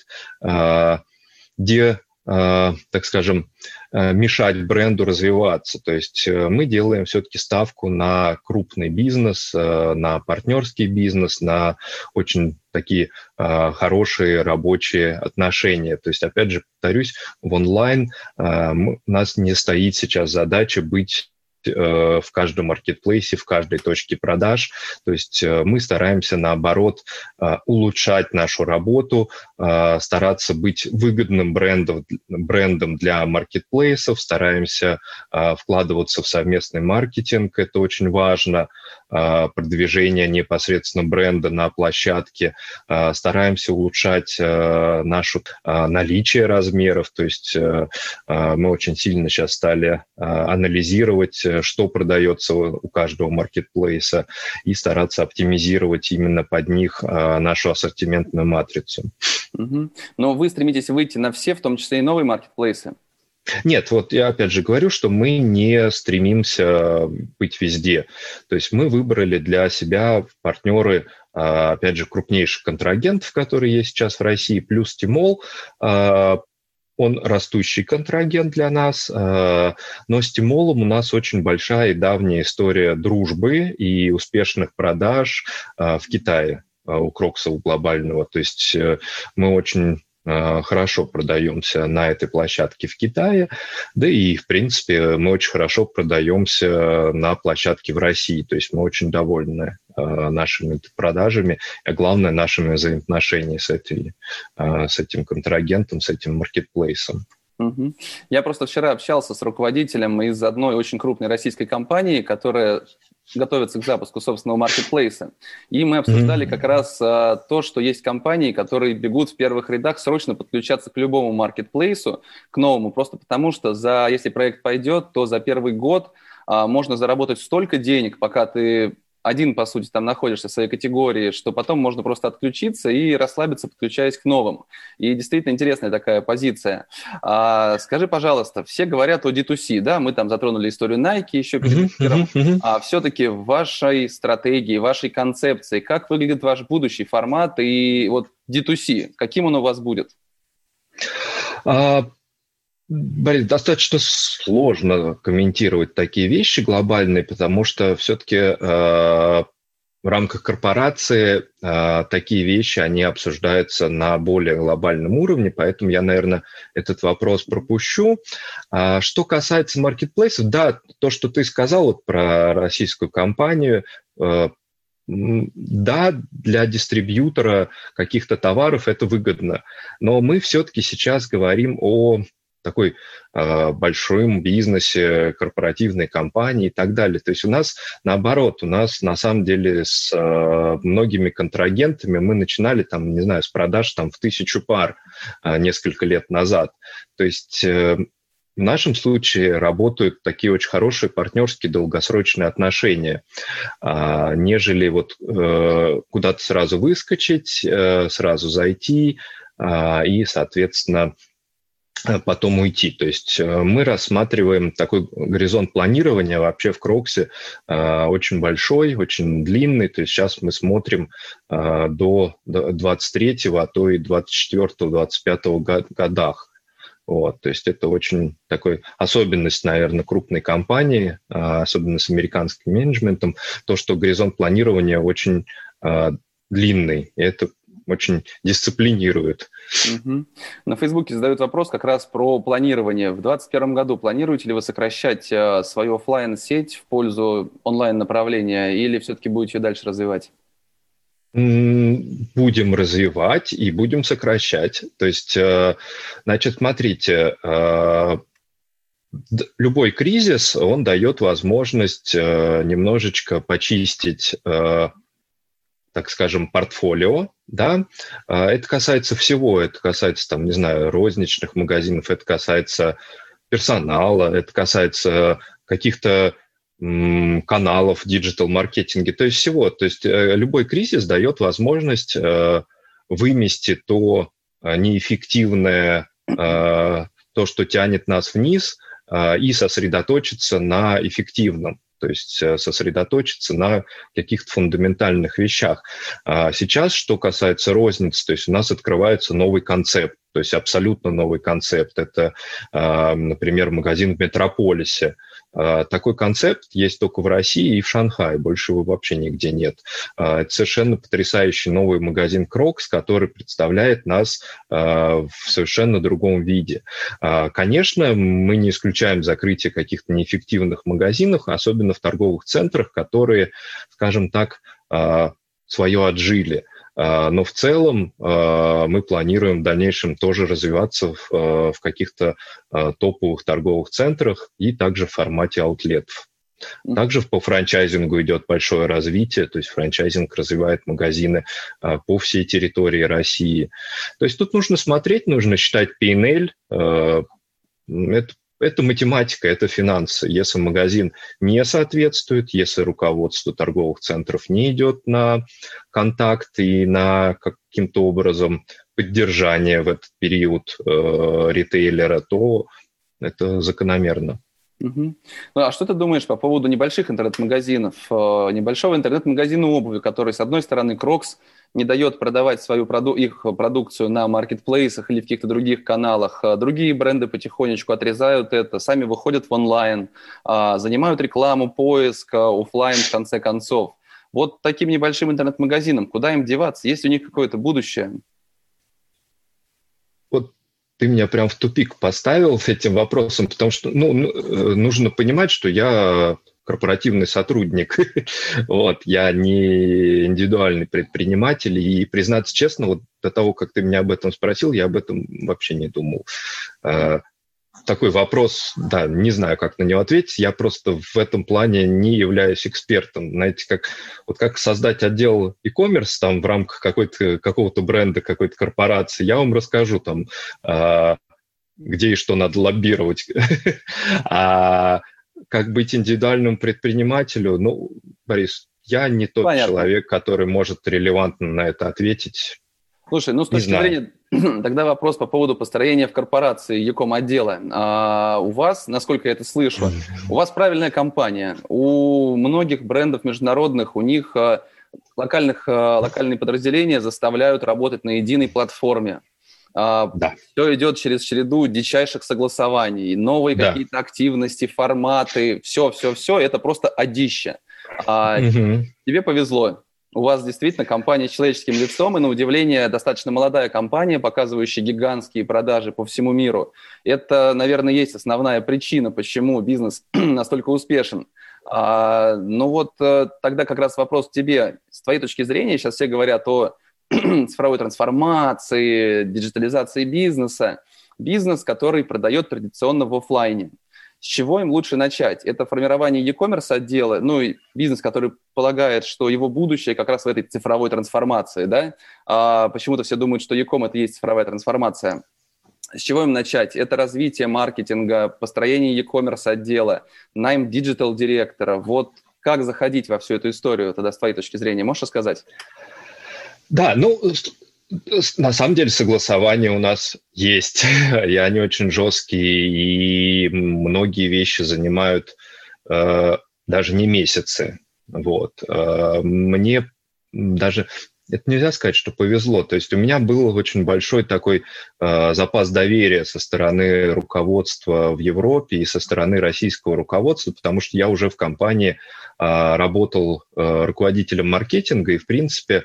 де, так скажем, мешать бренду развиваться. То есть мы делаем все-таки ставку на крупный бизнес, на партнерский бизнес, на очень такие хорошие рабочие отношения. То есть, опять же, повторюсь, в онлайн у нас не стоит сейчас задача быть в каждом маркетплейсе, в каждой точке продаж. То есть мы стараемся, наоборот, улучшать нашу работу, стараться быть выгодным брендом, брендом для маркетплейсов, стараемся вкладываться в совместный маркетинг, это очень важно, продвижение непосредственно бренда на площадке, стараемся улучшать наше наличие размеров, то есть мы очень сильно сейчас стали анализировать, что продается у каждого маркетплейса, и стараться оптимизировать именно под них нашу ассортиментную матрицу. Угу. Но вы стремитесь выйти на все, в том числе и новые маркетплейсы? Нет, вот я опять же говорю, что мы не стремимся быть везде. То есть мы выбрали для себя партнеры, опять же, крупнейших контрагентов, которые есть сейчас в России, плюс Тимол. Он растущий контрагент для нас, но с Тимолом у нас очень большая и давняя история дружбы и успешных продаж в Китае у Крокса глобального. То есть мы очень хорошо продаемся на этой площадке в Китае, да и, в принципе, мы очень хорошо продаемся на площадке в России, то есть мы очень довольны нашими продажами, а главное, нашими взаимоотношениями с, этой, с этим контрагентом, с этим маркетплейсом. Угу. Я просто вчера общался с руководителем из одной очень крупной российской компании, которая готовится к запуску собственного маркетплейса. И мы обсуждали mm-hmm. как раз а, то, что есть компании, которые бегут в первых рядах срочно подключаться к любому маркетплейсу, к новому, просто потому что за, если проект пойдет, то за первый год а, можно заработать столько денег, пока ты один, по сути, там находишься в своей категории, что потом можно просто отключиться и расслабиться, подключаясь к новым. И действительно интересная такая позиция. А, скажи, пожалуйста, все говорят о ди ту си, да, мы там затронули историю Nike еще перед эфиром, uh-huh, uh-huh. а все-таки в вашей стратегии, вашей концепции, как выглядит ваш будущий формат и вот ди ту си, каким он у вас будет? Uh... Борис, достаточно сложно комментировать такие вещи глобальные, потому что все-таки э, в рамках корпорации э, такие вещи, они обсуждаются на более глобальном уровне, поэтому я, наверное, этот вопрос пропущу. А что касается маркетплейсов, да, то, что ты сказал вот про российскую компанию, э, да, для дистрибьютора каких-то товаров это выгодно, но мы все-таки сейчас говорим о такой э, большом бизнесе, корпоративной компании и так далее. То есть у нас наоборот, у нас на самом деле с э, многими контрагентами мы начинали там, не знаю, с продаж там в тысячу пар э, несколько лет назад. То есть э, в нашем случае работают такие очень хорошие партнерские долгосрочные отношения, э, нежели вот э, куда-то сразу выскочить, э, сразу зайти э, и, соответственно, потом уйти. То есть мы рассматриваем такой горизонт планирования вообще в Кроксе э, очень большой, очень длинный. То есть сейчас мы смотрим э, до двадцать третьего, а то и двадцать четвёртого - двадцать пятого годах. Вот, то есть это очень такой особенность, наверное, крупной компании, э, особенно с американским менеджментом, то, что горизонт планирования очень э, длинный. И это очень дисциплинирует. Угу. На Фейсбуке задают вопрос как раз про планирование. В двадцать первом году планируете ли вы сокращать э, свою офлайн-сеть в пользу онлайн-направления или все-таки будете ее дальше развивать? Будем развивать и будем сокращать. То есть, э, значит, смотрите, э, любой кризис, он дает возможность э, немножечко почистить, э, так скажем, портфолио, да, это касается всего, это касается, там, не знаю, розничных магазинов, это касается персонала, это касается каких-то м, каналов в диджитал-маркетинге, то есть всего, то есть э, любой кризис дает возможность э, вымести то э, неэффективное, э, то, что тянет нас вниз, э, и сосредоточиться на эффективном. То есть сосредоточиться на каких-то фундаментальных вещах. Сейчас, что касается розницы, то есть у нас открывается новый концепт, то есть абсолютно новый концепт. Это, например, магазин в метрополисе. Такой концепт есть только в России и в Шанхае, больше его вообще нигде нет. Это совершенно потрясающий новый магазин Крокс, который представляет нас в совершенно другом виде. Конечно, мы не исключаем закрытие каких-то неэффективных магазинов, особенно в торговых центрах, которые, скажем так, свое отжили. Но в целом мы планируем в дальнейшем тоже развиваться в, в каких-то топовых торговых центрах и также в формате аутлетов. Также по франчайзингу идет большое развитие, то есть франчайзинг развивает магазины по всей территории России. То есть тут нужно смотреть, нужно считать пи энд эл, это Это математика, это финансы. Если магазин не соответствует, если руководство торговых центров не идет на контакт и на каким-то образом поддержание в этот период э, ритейлера, то это закономерно. Угу. Ну, а что ты думаешь по поводу небольших интернет-магазинов, небольшого интернет-магазина обуви, который, с одной стороны, Крокс не дает продавать свою проду- их продукцию на маркетплейсах или в каких-то других каналах, другие бренды потихонечку отрезают это, сами выходят в онлайн, занимают рекламу, поиск, офлайн в конце концов. Вот таким небольшим интернет-магазинам, куда им деваться? Есть у них какое-то будущее? Вот ты меня прям в тупик поставил с этим вопросом, потому что ну, нужно понимать, что я корпоративный сотрудник, вот, я не индивидуальный предприниматель, и, признаться честно, вот до того, как ты меня об этом спросил, я об этом вообще не думал. такой вопрос, да, не знаю, как на него ответить. Я просто в этом плане не являюсь экспертом. Знаете, как, вот как создать отдел e-commerce там в рамках какой-то, какого-то бренда, какой-то корпорации, я вам расскажу там, э, где и что надо лоббировать. А как быть индивидуальным предпринимателю, ну, Борис, я не тот Понятно. человек, который может релевантно на это ответить. Слушай, ну с точки зрения, тогда вопрос по поводу построения в корпорации e-com отдела. А у вас, насколько я это слышу, у вас правильная компания. У многих брендов международных, у них локальных, локальные подразделения заставляют работать на единой платформе. Да. Все идет через череду дичайших согласований, новые да. какие-то активности, форматы, все-все-все, это просто одище. А угу. Тебе повезло. У вас действительно компания с человеческим лицом, и, на удивление, достаточно молодая компания, показывающая гигантские продажи по всему миру. Это, наверное, есть основная причина, почему бизнес настолько успешен. А, ну вот тогда как раз вопрос к тебе. С твоей точки зрения, сейчас все говорят о цифровой трансформации, диджитализации бизнеса. Бизнес, который продает традиционно в офлайне. С чего им лучше начать? Это формирование e-commerce отдела, ну и бизнес, который полагает, что его будущее как раз в этой цифровой трансформации, да? А почему-то все думают, что e-com – это и есть цифровая трансформация. С чего им начать? Это развитие маркетинга, построение e-commerce отдела, найм диджитал-директора. Вот как заходить во всю эту историю тогда с твоей точки зрения? Можешь рассказать? Да, ну, на самом деле согласования у нас есть, и они очень жесткие, и многие вещи занимают э, даже не месяцы. Вот. Э, мне даже, это нельзя сказать, что повезло. То есть у меня был очень большой такой э, запас доверия со стороны руководства в Европе и со стороны российского руководства, потому что я уже в компании э, работал э, руководителем маркетинга, и, в принципе,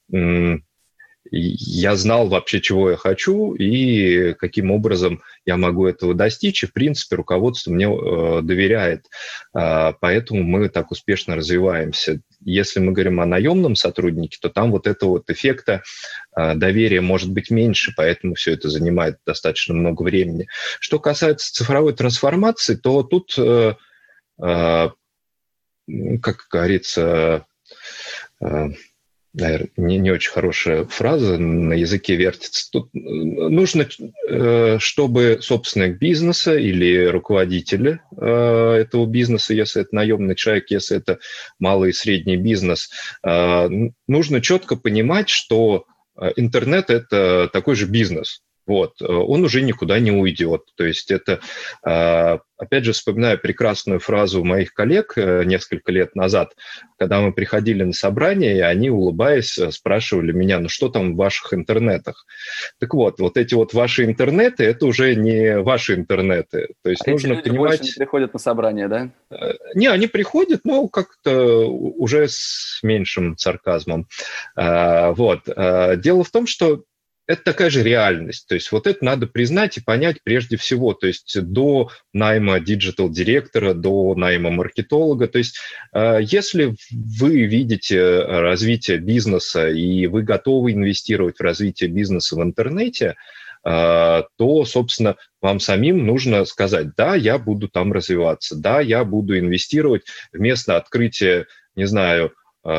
я знал вообще, чего я хочу и каким образом я могу этого достичь. И, в принципе, руководство мне э, доверяет. Э, поэтому мы так успешно развиваемся. Если мы говорим о наемном сотруднике, то там вот этого вот эффекта э, доверия может быть меньше, поэтому все это занимает достаточно много времени. Что касается цифровой трансформации, то тут, э, э, как говорится... Э, Наверное, не, не очень хорошая фраза, на языке вертится. Тут нужно, чтобы собственник бизнеса или руководители этого бизнеса, если это наемный человек, если это малый и средний бизнес, нужно четко понимать, что интернет – это такой же бизнес. Вот, он уже никуда не уйдет. То есть это, опять же, вспоминаю прекрасную фразу моих коллег несколько лет назад, когда мы приходили на собрание, и они, улыбаясь, спрашивали меня, ну что там в ваших интернетах? Так вот, вот эти вот ваши интернеты, это уже не ваши интернеты. То есть а нужно эти люди понимать... больше не приходят на собрание, да? Не, они приходят, но как-то уже с меньшим сарказмом. Вот. Дело в том, что это такая же реальность. То есть вот это надо признать и понять прежде всего. То есть до найма диджитал-директора, до найма маркетолога. То есть если вы видите развитие бизнеса и вы готовы инвестировать в развитие бизнеса в интернете, то, собственно, вам самим нужно сказать, да, я буду там развиваться, да, я буду инвестировать вместо открытия, не знаю,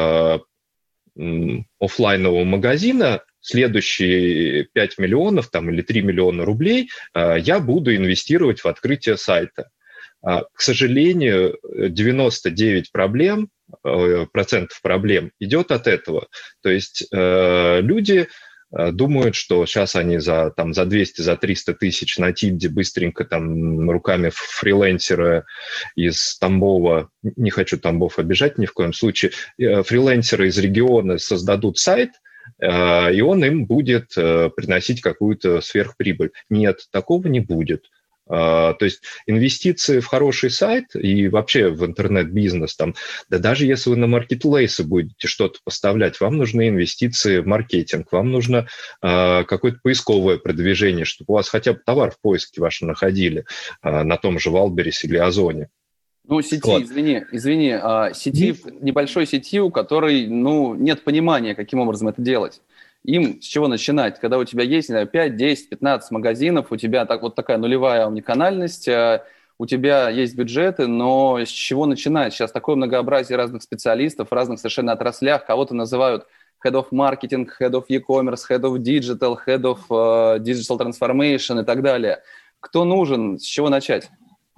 офлайнового магазина, следующие пять миллионов там, или три миллиона рублей э, я буду инвестировать в открытие сайта. А, к сожалению, девяносто девять проблем, э, процентов проблем идет от этого. То есть э, люди э, думают, что сейчас они за, там, за двести, за триста тысяч на Тильде быстренько там, руками фрилансера из Тамбова, не хочу Тамбов обижать ни в коем случае, э, фрилансеры из региона создадут сайт, и он им будет приносить какую-то сверхприбыль. Нет, такого не будет. То есть инвестиции в хороший сайт и вообще в интернет-бизнес, там, да даже если вы на маркетплейсы будете что-то поставлять, вам нужны инвестиции в маркетинг, вам нужно какое-то поисковое продвижение, чтобы у вас хотя бы товар в поиске ваш находили на том же Валбересе или Озоне. Ну, сети, вот. извини, извини, а, сети, небольшой сети, у которой, ну, нет понимания, каким образом это делать. им с чего начинать? Когда у тебя есть, не знаю, пять, десять, пятнадцать магазинов, у тебя так, вот такая нулевая уникальность, у тебя есть бюджеты, но с чего начинать? Сейчас такое многообразие разных специалистов в разных совершенно отраслях. Кого-то называют Head of Marketing, Head of E-commerce, Head of Digital, Head of uh, Digital Transformation и так далее. Кто нужен? С чего начать?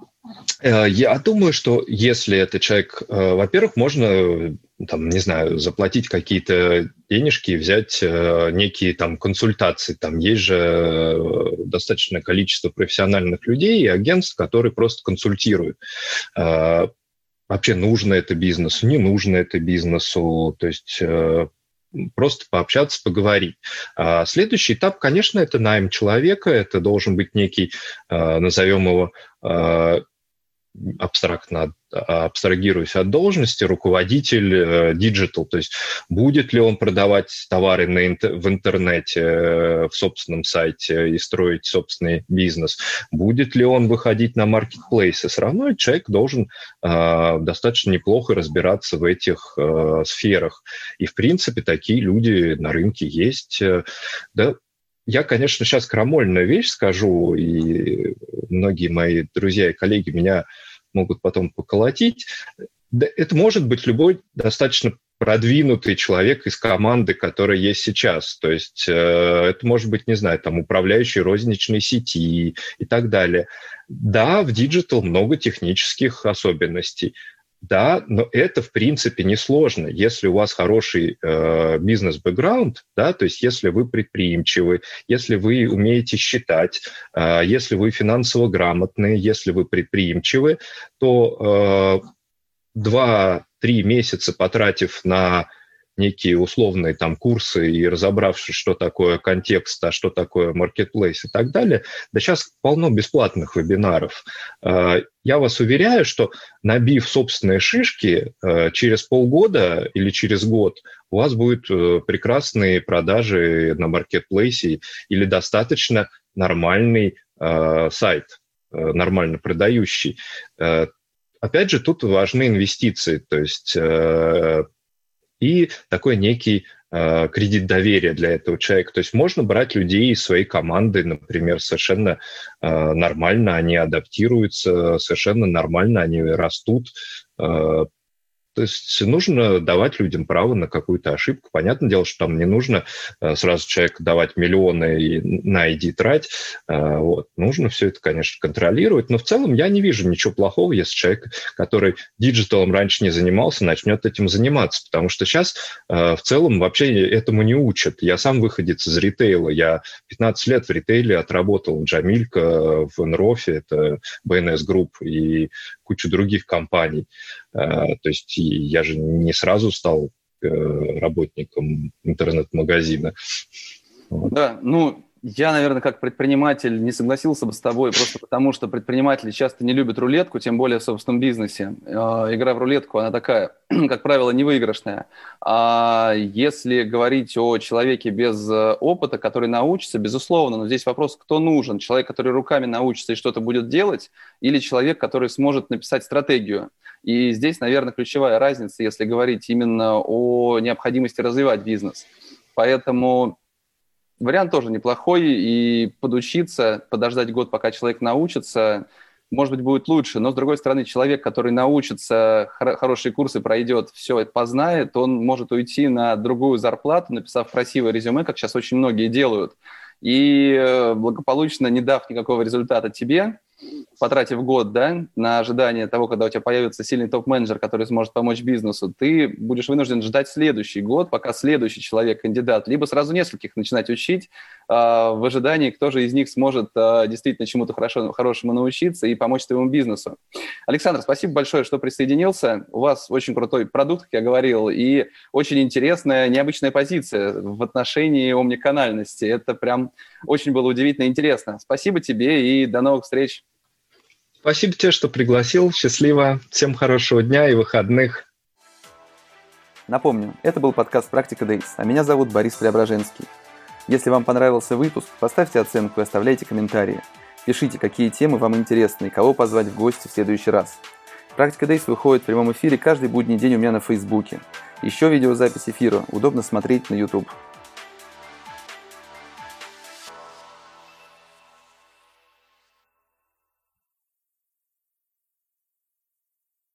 Я думаю, что если это человек, во-первых, можно, там, не знаю, заплатить какие-то денежки, взять некие там консультации. Там есть же достаточное количество профессиональных людей и агентств, которые просто консультируют. Вообще нужно это бизнесу, не нужно это бизнесу. То есть просто пообщаться, поговорить. А следующий этап, конечно, это найм человека. Это должен быть некий, назовем его, абстрактно абстрагируясь от должности, руководитель диджитал, то есть будет ли он продавать товары на, в интернете, в собственном сайте и строить собственный бизнес, будет ли он выходить на маркетплейсы, все равно человек должен э, достаточно неплохо разбираться в этих э, сферах. И, в принципе, такие люди на рынке есть. Да, я, конечно, сейчас крамольную вещь скажу, и многие мои друзья и коллеги меня могут потом поколотить. Да, это может быть любой достаточно продвинутый человек из команды, которая есть сейчас. То есть э, это может быть, не знаю, там управляющий розничной сети и так далее. Да, в диджитал много технических особенностей. Да, но это, в принципе, несложно. Если у вас хороший э, бизнес-бэкграунд, да, то есть если вы предприимчивы, если вы умеете считать, э, если вы финансово грамотны, если вы предприимчивы, то э, два-три месяца потратив на некие условные там курсы и разобравшись, что такое контекст, а что такое маркетплейс и так далее, да сейчас полно бесплатных вебинаров. Я вас уверяю, что набив собственные шишки, через полгода или через год у вас будут прекрасные продажи на маркетплейсе или достаточно нормальный сайт, нормально продающий. Опять же, тут важны инвестиции, то есть и такой некий э, кредит доверия для этого человека. То есть можно брать людей из своей команды, например, совершенно э, нормально, они адаптируются, совершенно нормально они растут. Э, то есть нужно давать людям право на какую-то ошибку. Понятное дело, что там не нужно э, сразу человеку давать миллионы и на иди трать. Э, вот. Нужно все это, конечно, контролировать. Но в целом я не вижу ничего плохого, если человек, который диджиталом раньше не занимался, начнет этим заниматься. Потому что сейчас э, в целом вообще этому не учат. Я сам выходец из ритейла. Я пятнадцать лет в ритейле отработал. Джамилька в Энрофе, это би эн эс Group и кучу других компаний. Uh, то есть я же не сразу стал uh, работником интернет-магазина. Вот. Да, ну, я, наверное, как предприниматель не согласился бы с тобой, просто потому что предприниматели часто не любят рулетку, тем более в собственном бизнесе. Uh, игра в рулетку, она такая, как правило, невыигрышная. А если говорить о человеке без опыта, который научится, безусловно, но здесь вопрос, кто нужен? Человек, который руками научится и что-то будет делать, или человек, который сможет написать стратегию? И здесь, наверное, ключевая разница, если говорить именно о необходимости развивать бизнес. Поэтому вариант тоже неплохой, и подучиться, подождать год, пока человек научится, может быть, будет лучше. Но, с другой стороны, человек, который научится, хор- хорошие курсы пройдет, все это познает, он может уйти на другую зарплату, написав красивое резюме, как сейчас очень многие делают, и благополучно, не дав никакого результата тебе, потратив год, да, на ожидание того, когда у тебя появится сильный топ-менеджер, который сможет помочь бизнесу, ты будешь вынужден ждать следующий год, пока следующий человек, кандидат, либо сразу нескольких начинать учить э, в ожидании, кто же из них сможет э, действительно чему-то хорошо, хорошему научиться и помочь твоему бизнесу. Александр, спасибо большое, что присоединился. У вас очень крутой продукт, как я говорил, и очень интересная, необычная позиция в отношении омниканальности. Это прям очень было удивительно и интересно. Спасибо тебе и до новых встреч. Спасибо тебе, что пригласил. Счастливо. Всем хорошего дня и выходных. Напомню, это был подкаст «Практика Days», а меня зовут Борис Преображенский. Если вам понравился выпуск, поставьте оценку и оставляйте комментарии. Пишите, какие темы вам интересны и кого позвать в гости в следующий раз. «Практика Days» выходит в прямом эфире каждый будний день у меня на Фейсбуке. Еще видеозапись эфира удобно смотреть на YouTube.